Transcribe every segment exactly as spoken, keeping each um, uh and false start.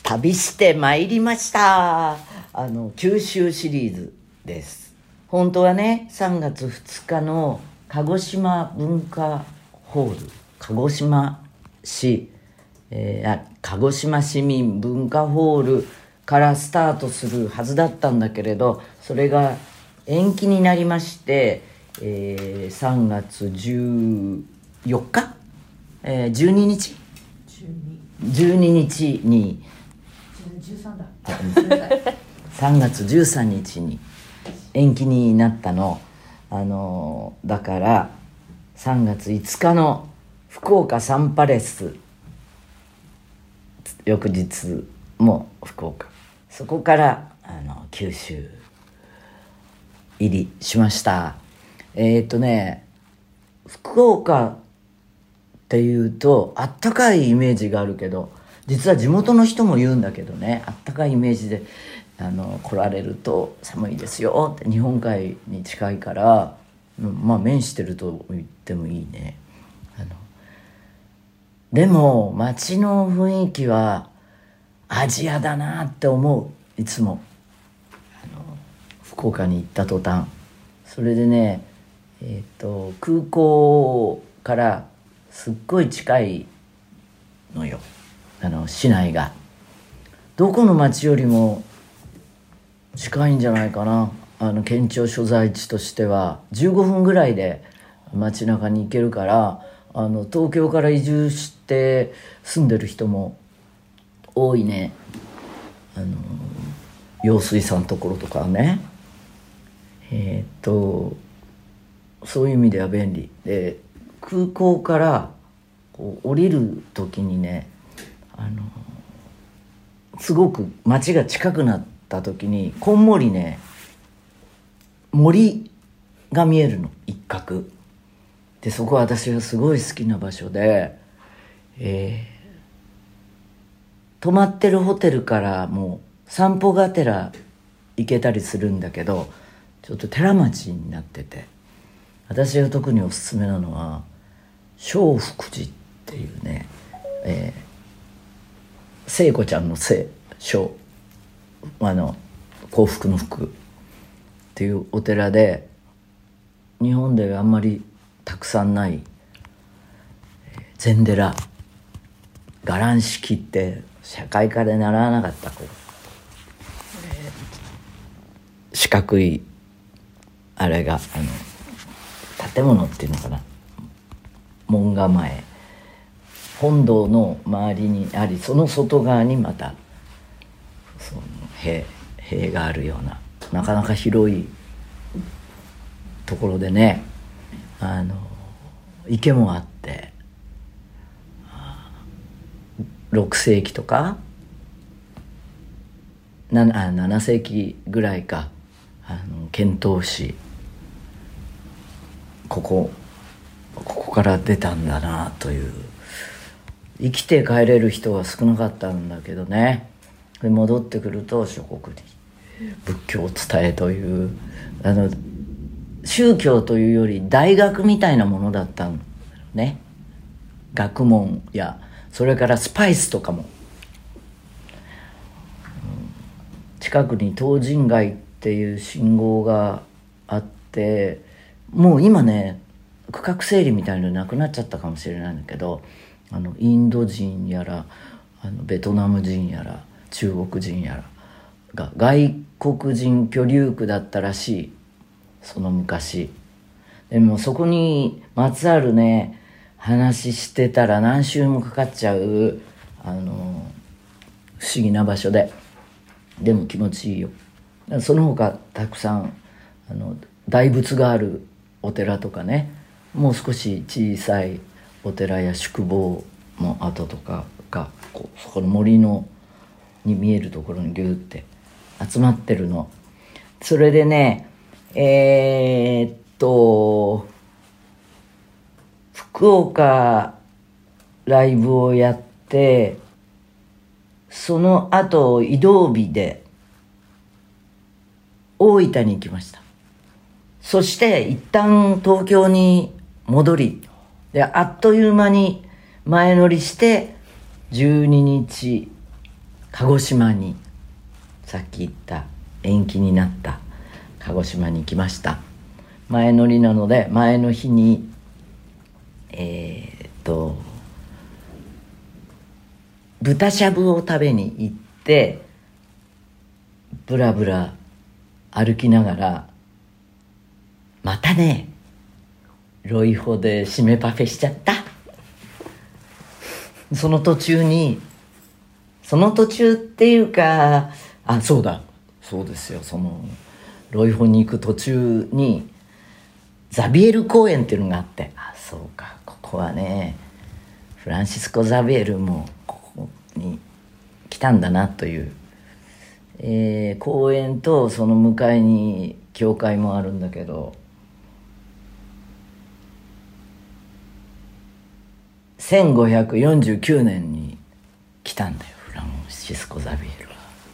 旅してまいりました。あの九州シリーズです。本当はねさんがつふつかの鹿児島文化ホール、鹿児島市、えー、あ鹿児島市民文化ホールからスタートするはずだったんだけれど、それが延期になりまして、えー、さんがつじゅうよっか、えー、じゅうににちじゅうににちにじゅうさんださんがつじゅうさんにちに延期になったの。あのだからさんがついつかの福岡サンパレス、翌日も福岡、そこからあの九州入りしました。えー、っとね福岡っていうとあったかいイメージがあるけど、実は地元の人も言うんだけどね、あったかいイメージであの来られると寒いですよって、日本海に近いからまあ面してると言ってもいいね。あのでも街の雰囲気はアジアだなって思う。いつもあの福岡に行った途端。それでねえっと空港からすっごい近いのよ、あの市内が。どこの町よりも近いんじゃないかな。あの県庁所在地としてはじゅうごふんぐらいで街中に行けるから、あの東京から移住して住んでる人も多いね。あの陽水さんのところとかね、えー、っとそういう意味では便利で、空港からこう降りる時にね、あのすごく街が近くなった時にこんもりね森が見えるの、一角で。そこは私がすごい好きな場所で、えー、泊まってるホテルからもう散歩がてら行けたりするんだけど、ちょっと寺町になってて、私が特におすすめなのは聖福寺っていうね、えー、聖子ちゃんの聖、聖、あの幸福の福っていうお寺で、日本であんまりたくさんない禅寺、伽藍式って社会科で習わなかった、こう、えー、四角いあれがあの建物っていうのかな、門構え、本堂の周りにあり、その外側にまたその塀塀があるような、なかなか広いところでね、あの池もあって、ろくせいきとか なな, ななせいきぐらいか、あの遣唐使ここここから出たんだなという。生きて帰れる人は少なかったんだけどね、で戻ってくると諸国に仏教を伝えという、あの宗教というより大学みたいなものだったんだよね。学問やそれからスパイスとかも、近くに東尋街っていう信号があって、もう今ね区画整理みたいなのなくなっちゃったかもしれないんだけど、あのインド人やらあのベトナム人やら中国人やらが外国人居留区だったらしい、その昔。でもそこにまつわるね話してたら何週もかかっちゃう、あの不思議な場所で、でも気持ちいいよ。その他たくさんあの大仏があるお寺とかね、もう少し小さいお寺や宿坊の跡とかがこうそこの森のに見えるところにギューって集まってるの。それでねえー、っと福岡ライブをやって、その後移動日で大分に行きました。そして一旦東京に戻りで、あっという間に前乗りしてじゅうににち鹿児島に、さっき言った延期になった鹿児島に行きました。前乗りなので前の日にえー、っと豚しゃぶを食べに行って、ブラブラ歩きながらまたねロイホで締めパフェしちゃった。その途中にその途中っていうかあそうだそうですよそのロイホに行く途中にザビエル公園っていうのがあって、あそうかここはねフランシスコ・ザビエルもここに来たんだなという、えー、公園とその向かいに教会もあるんだけど、せんごひゃくよんじゅうきゅうねんに来たんだよフランシスコ・ザビエルは。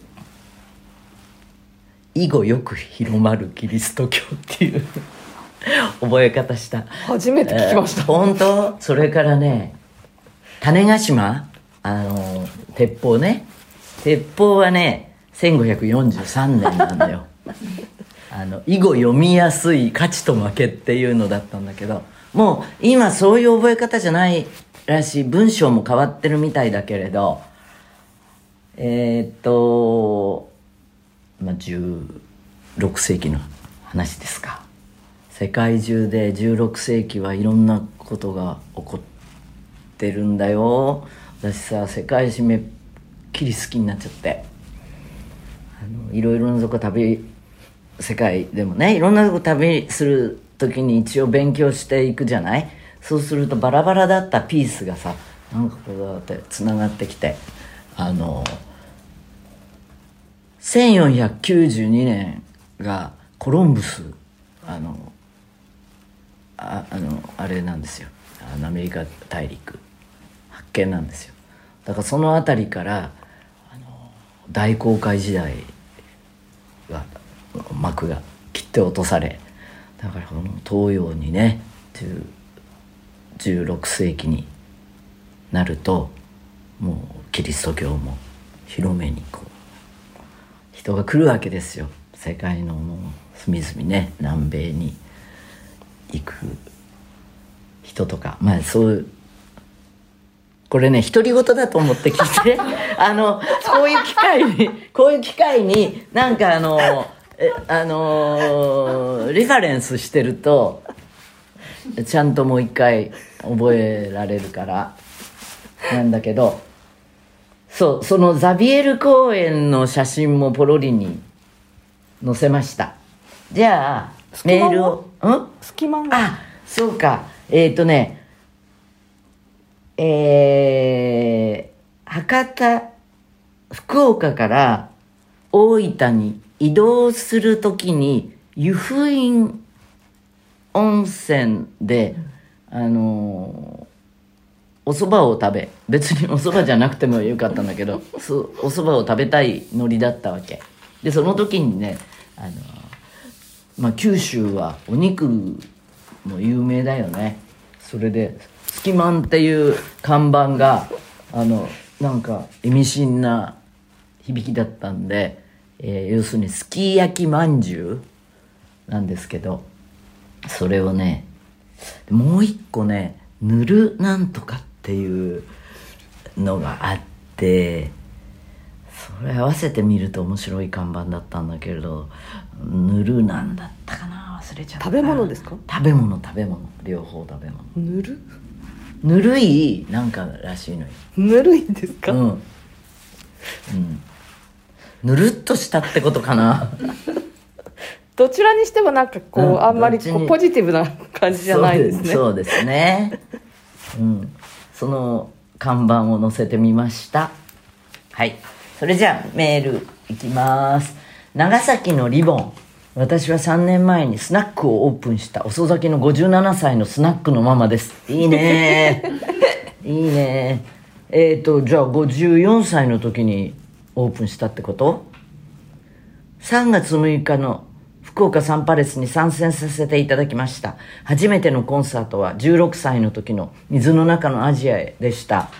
以後よく広まるキリスト教っていう覚え方した。 初めて聞きました、 えー、本当。それからね種子島あの鉄砲ね鉄砲はねせんごひゃくよんじゅうさんねんなんだよあの以後読みやすい勝ちと負けっていうのだったんだけど、もう今そういう覚え方じゃないらしい。文章も変わってるみたいだけれど、えー、っとまあじゅうろくせいきの話ですか。世界中でじゅうろくせいきはいろんなことが起こってるんだよ。私さ世界史めっきり好きになっちゃって、あのいろいろなとこ旅世界でもねいろんなとこ旅する時に一応勉強していくじゃない。そうするとバラバラだったピースがさなんかこうやってつながってきて、あのせんよんひゃくきゅうじゅうにねんがコロンブスあのああのあれなんですよ、あのアメリカ大陸発見なんですよ。だからそのあたりからあの大航海時代が幕が切って落とされ、だからこの東洋にねじゅうろくせいきになるともうキリスト教も広めにこう人が来るわけですよ。世界のもう隅々ね南米に行く人とか、まあそういうこれね独り言だと思って聞いてあのこういう機会にこういう機会になんかあのえあのリファレンスしてるとちゃんともう一回覚えられるからなんだけど、そうそのザビエル公園の写真もポロリに載せました。じゃあメールをん隙間あそうかえっ、ー、とねえー、博多福岡から大分に移動するときに湯布院温泉で、あのー、お蕎麦を食べ、別にお蕎麦じゃなくてもよかったんだけどお蕎麦を食べたいノリだったわけで、その時にね、あのーまあ、九州はお肉も有名だよね。それでスキマンっていう看板があのなんか意味深な響きだったんで、えー、要するにすき焼きまんじゅうなんですけど、それをねもう一個ねぬるなんとかっていうのがあって、それ合わせてみると面白い看板だったんだけれど、ぬるなんだったかな忘れちゃった。 食べ物ですか？ 食べ物食べ物両方食べ物。 ぬるぬるいなんからしいのよ。 ぬるいんですか？ うん、うん、ぬるっとしたってことかなどちらにしてもなんかこう、うん、あんまりこうポジティブな感じじゃないですね。 そうです、そうですね、うん、その看板を載せてみました。はい、それじゃあメールいきます。長崎のリボン、私はさんねんまえにスナックをオープンした遅咲きのごじゅうななさいのスナックのママです。いいねいいね。えっとじゃあごじゅうよんさいの時にオープンしたってこと？さんがつむいかの福岡サンパレスに参戦させていただきました。初めてのコンサートはじゅうろくさいの時の水の中のアジアへでした。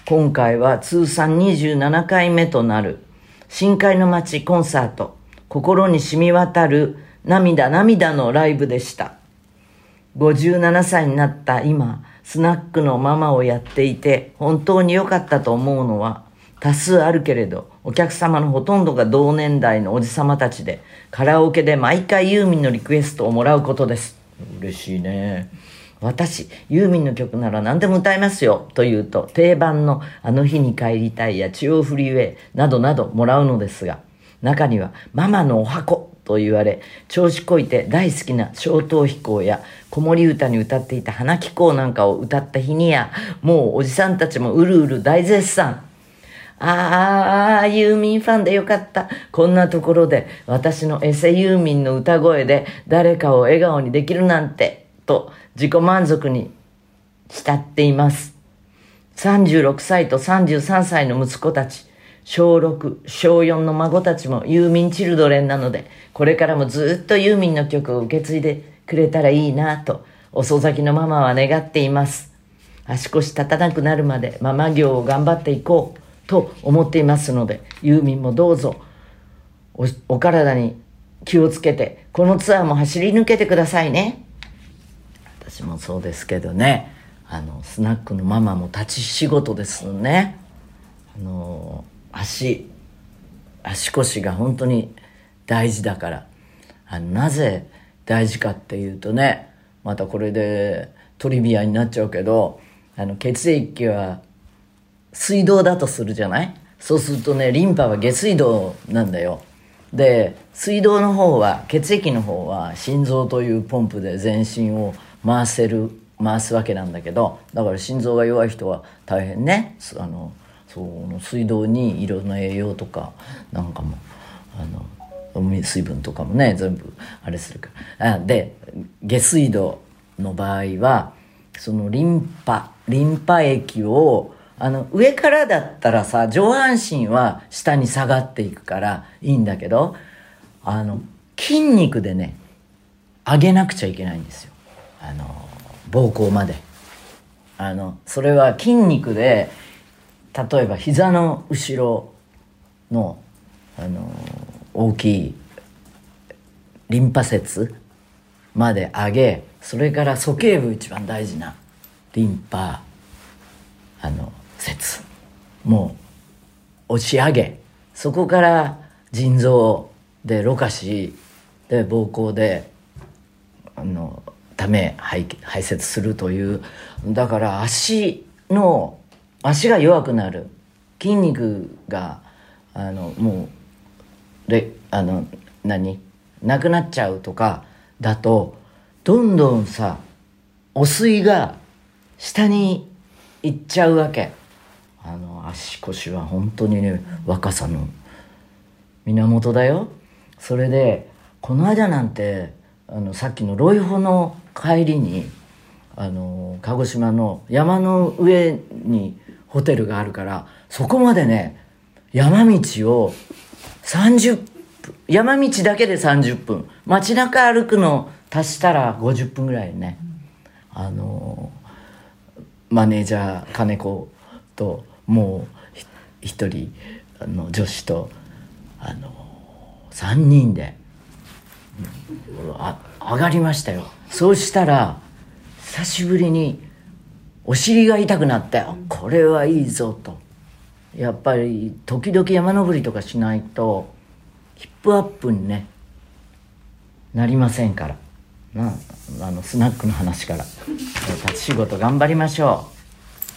今回は通算にじゅうななかいめとなる深海の街コンサート、心に染み渡る涙涙のライブでした。ごじゅうななさいになった今、スナックのママをやっていて本当に良かったと思うのは、多数あるけれどお客様のほとんどが同年代のおじさまたちで、カラオケで毎回ユーミンのリクエストをもらうことです。嬉しいね。私、ユーミンの曲なら何でも歌いますよと言うと、定番のあの日に帰りたいや中央フリーウェイなどなどもらうのですが、中にはママのお箱と言われ、調子こいて大好きな小灯飛行や子守歌に歌っていた花紀行なんかを歌った日にや、もうおじさんたちもうるうる大絶賛。ああ、ユーミンファンでよかった。こんなところで私のエセユーミンの歌声で誰かを笑顔にできるなんて、と自己満足に浸っています。さんじゅうろくさいとさんじゅうさんさいの息子たち、しょうろく、しょうよんの孫たちもユーミンチルドレンなので、これからもずっとユーミンの曲を受け継いでくれたらいいなと、遅咲きのママは願っています。足腰立たなくなるまでママ業を頑張っていこうと思っていますので、ユーミンもどうぞ お, お体に気をつけてこのツアーも走り抜けてくださいね。私もそうですけどね、あのスナックのママも立ち仕事ですね。あの足足腰が本当に大事だから、あのなぜ大事かっていうとね、またこれでトリビアになっちゃうけど、あの血液は水道だとするじゃない。そうするとね、リンパは下水道なんだよ。で、水道の方は、血液の方は心臓というポンプで全身を回せる回すわけなんだけど、だから心臓が弱い人は大変ね、あのその水道にいろんな栄養とかなんかも、あの水分とかもね全部あれするから。あで、下水道の場合はそのリンパリンパ液を、あの上からだったらさ、上半身は下に下がっていくからいいんだけど、あの筋肉でね上げなくちゃいけないんですよ、あの膀胱まで。あのそれは筋肉で、例えば膝の後ろの、あの大きいリンパ節まで上げ、それから鼠径部一番大事なリンパあの節もう押し上げ、そこから腎臓でろ過し、で膀胱であのため排排泄するという。だから足の足が弱くなる、筋肉があのもうであの何なくなっちゃうとかだと、どんどんさ汚水が下に行っちゃうわけ。あの足腰は本当にね若さの源だよ。それでこの間なんて、あのさっきのロイホの帰りに、あの鹿児島の山の上にホテルがあるから、そこまでね山道をさんじゅっぷん、山道だけでさんじゅっぷん、街中歩くの足したらごじゅっぷんぐらいね、あのマネージャー金子ともう一人あの女子とあのさんにんで、うん、あ上がりましたよ。そうしたら久しぶりにお尻が痛くなって、これはいいぞと。やっぱり時々山登りとかしないとヒップアップにねなりませんからな。あのスナックの話から立ち仕事頑張りましょう。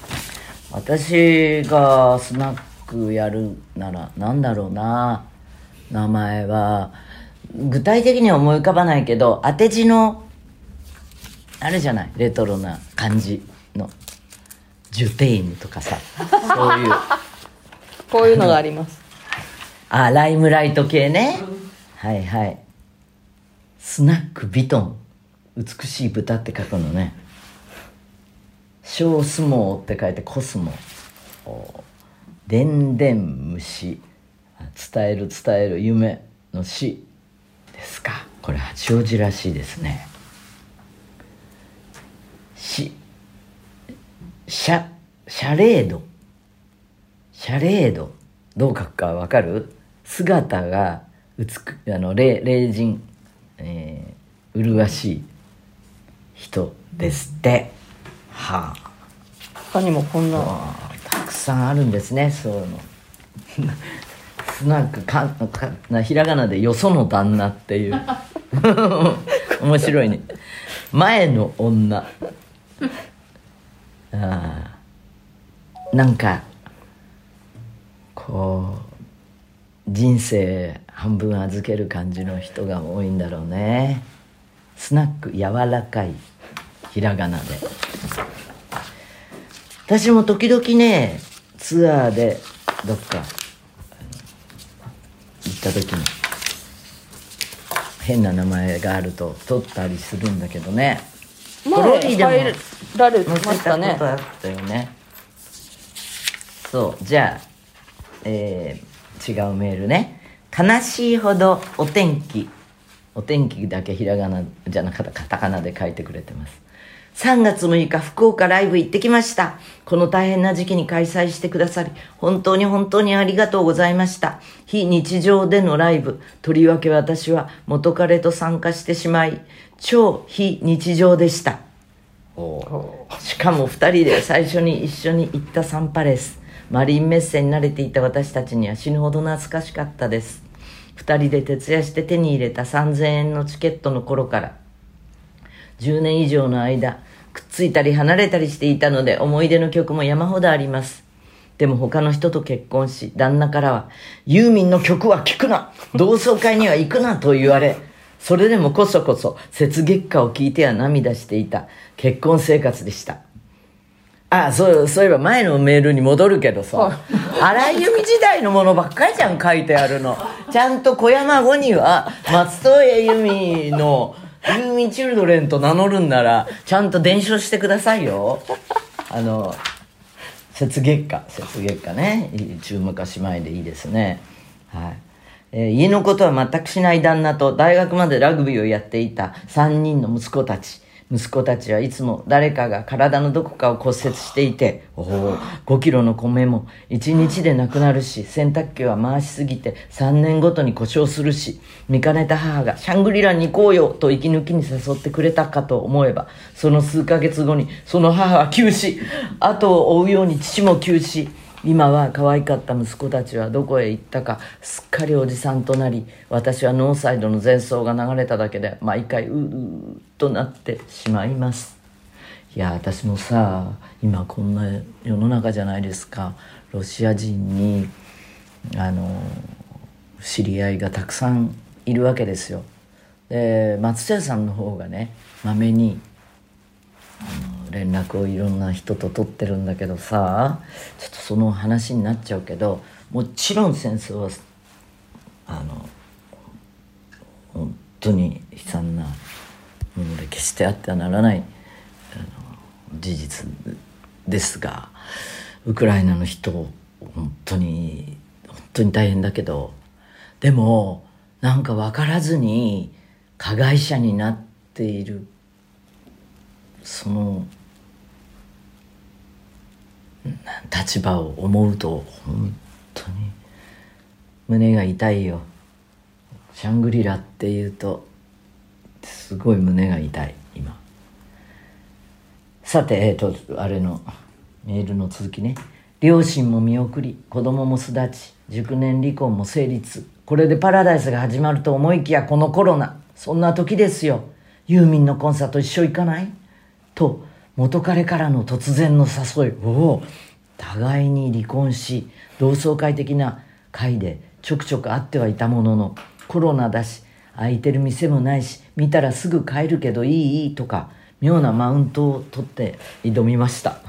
私がスナックやるならなんだろうな、名前は具体的には思い浮かばないけど、当て字のあれじゃない、レトロな感じのジュテイムとかさ、そういうこういうのがあります。 あ、ライムライト系ね、はいはい。スナックビトン、美しい豚って書くのね。小相撲って書いてコスモ。でんでん虫、伝える伝える夢の詩ですか。これ八王子らしいですね。しシャシャレードシャレード、どう書くかわかる？姿が美あの霊霊人、えー、麗しい人ですって。はあ、 他にもこんなたくさんあるんですね、そういうの。なんかかかなひらがなでよその旦那っていう面白いね。前の女、あなんかこう人生半分預ける感じの人が多いんだろうね。スナック柔らかい、ひらがなで。私も時々ねツアーでどっか行った時に変な名前があると取ったりするんだけどね。 前トロリーでも入られてま載せしたね。 たことあったよね。そうじゃあ、えー、違うメールね。悲しいほどお天気、お天気だけひらがなじゃなかったカタカナで書いてくれてます。さんがつむいか福岡ライブ行ってきました。この大変な時期に開催してくださり本当に本当にありがとうございました。非日常でのライブ、とりわけ私は元彼と参加してしまい超非日常でした。おしかもふたりで最初に一緒に行ったサンパレス、マリンメッセに慣れていた私たちには死ぬほど懐かしかったです。ふたりで徹夜して手に入れたさんぜんえんのチケットの頃からじゅうねん以上の間くっついたり離れたりしていたので思い出の曲も山ほどあります。でも他の人と結婚し旦那からはユーミンの曲は聴くな、同窓会には行くなと言われ、それでもこそこそ雪月花を聴いては涙していた結婚生活でした。ああ、そうそういえば前のメールに戻るけどさ、荒井由実時代のものばっかりじゃん書いてあるの。ちゃんと小山後には松任谷由実のユーミンチルドレンと名乗るんならちゃんと伝承してくださいよ。あの雪月花、雪月花ね、注目しまいでいいですね。はい。えー、家のことは全くしない旦那と大学までラグビーをやっていたさんにんの息子たち。息子たちはいつも誰かが体のどこかを骨折していて、おお、ごキロの米もいちにちでなくなるし、洗濯機は回しすぎてさんねんごとに故障するし、見かねた母がシャングリラに行こうよと息抜きに誘ってくれたかと思えば、その数ヶ月後にその母は急死、後を追うように父も急死。今は可愛かった息子たちはどこへ行ったかすっかりおじさんとなり、私はノーサイドの前奏が流れただけで毎回うーうーとなってしまいます。いや私もさ、今こんな世の中じゃないですか。ロシア人にあの知り合いがたくさんいるわけですよ。で松下さんの方がねまめにあの連絡をいろんな人と取ってるんだけどさ、ちょっとその話になっちゃうけど、もちろん戦争はあの本当に悲惨なもので決してあってはならないあの事実ですが、ウクライナの人本当に本当に大変だけど、でもなんか分からずに加害者になっているその立場を思うと本当に胸が痛いよ。シャングリラっていうとすごい胸が痛い今。さてえっとあれのメールの続きね。両親も見送り子供も巣立ち熟年離婚も成立、これでパラダイスが始まると思いきやこのコロナ、そんな時ですよ。ユーミンのコンサート一緒行かないと元彼からの突然の誘い。おお、互いに離婚し同窓会的な会でちょくちょく会ってはいたものの、コロナだし空いてる店もないし見たらすぐ帰るけどいいとか妙なマウントを取って挑みました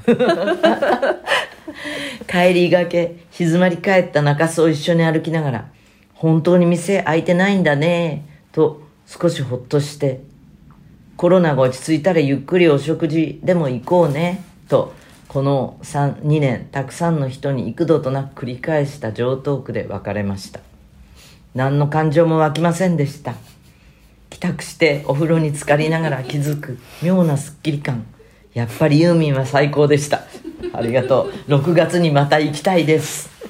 帰りがけ静まり返った中洲を一緒に歩きながら、本当に店開いてないんだねと少しほっとして、コロナが落ち着いたらゆっくりお食事でも行こうねと、このにねんたくさんの人に幾度となく繰り返した常トークで別れました。何の感情も湧きませんでした。帰宅してお風呂に浸かりながら気づく妙なスッキリ感。やっぱりユーミンは最高でした。ありがとう。ろくがつにまた行きたいです。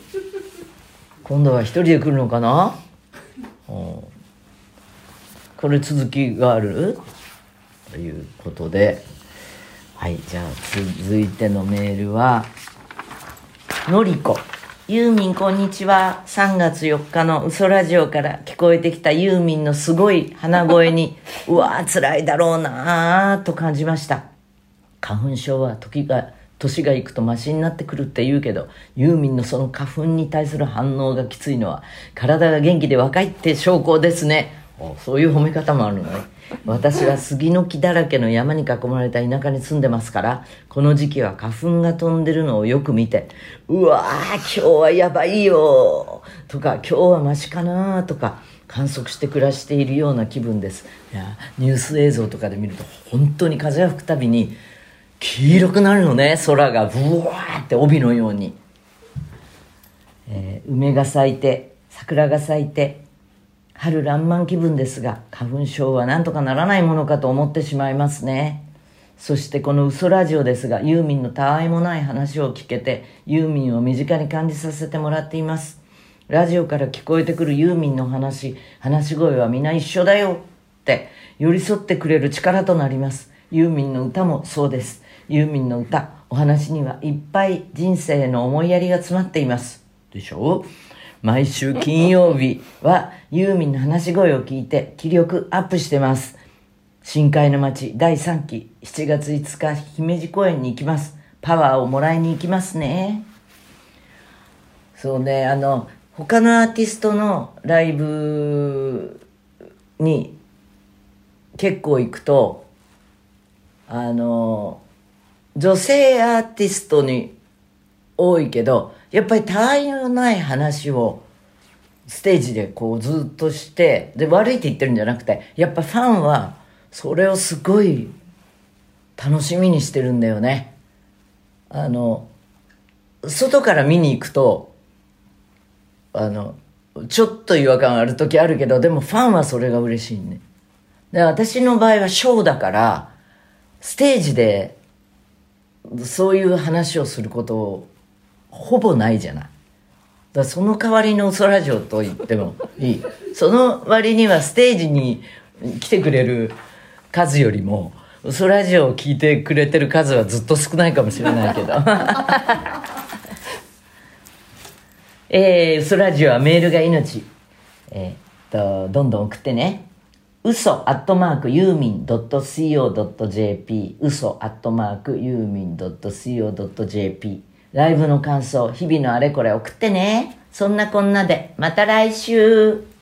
今度は一人で来るのかな。これ続きがあるということで、はい、じゃあ続いてのメールはのりこ。ユーミンこんにちは。さんがつよっかの嘘ラジオから聞こえてきたユーミンのすごい鼻声にうわー辛いだろうなーと感じました。花粉症は時が年がいくとマシになってくるって言うけど、ユーミンのその花粉に対する反応がきついのは体が元気で若いって証拠ですね。お、そういう褒め方もあるのね。私は杉の木だらけの山に囲まれた田舎に住んでますから、この時期は花粉が飛んでるのをよく見て、うわー今日はやばいよとか、今日はマシかなとか観測して暮らしているような気分です。いや、ニュース映像とかで見ると本当に風が吹くたびに黄色くなるのね、空がブワーって帯のように、えー、梅が咲いて桜が咲いて春爛漫気分ですが、花粉症はなんとかならないものかと思ってしまいますね。そしてこの嘘ラジオですが、ユーミンのたわいもない話を聞けて、ユーミンを身近に感じさせてもらっています。ラジオから聞こえてくるユーミンの話、話し声は皆一緒だよって寄り添ってくれる力となります。ユーミンの歌もそうです。ユーミンの歌、お話にはいっぱい人生の思いやりが詰まっています。でしょう？毎週金曜日はユーミンの話し声を聞いて気力アップしてます。深海の街だいさんきしちがついつか姫路公園に行きます。パワーをもらいに行きますね。そうね、あの他のアーティストのライブに結構行くと、あの女性アーティストに多いけど、やっぱりたわいのない話をステージでこうずっとして、で悪いって言ってるんじゃなくて、やっぱファンはそれをすごい楽しみにしてるんだよね。あの外から見に行くとあのちょっと違和感ある時あるけど、でもファンはそれが嬉しいね。で、私の場合はショーだからステージでそういう話をすることほぼないじゃない。だからその代わりの嘘ラジオと言ってもいい。その割にはステージに来てくれる数よりも嘘ラジオを聞いてくれてる数はずっと少ないかもしれないけどえー、嘘ラジオはメールが命。えー、っとどんどん送ってね。嘘アットマークユーミン .co.jp 嘘アットマークユーミン .co.jp ライブの感想、日々のあれこれ送ってね。そんなこんなでまた来週。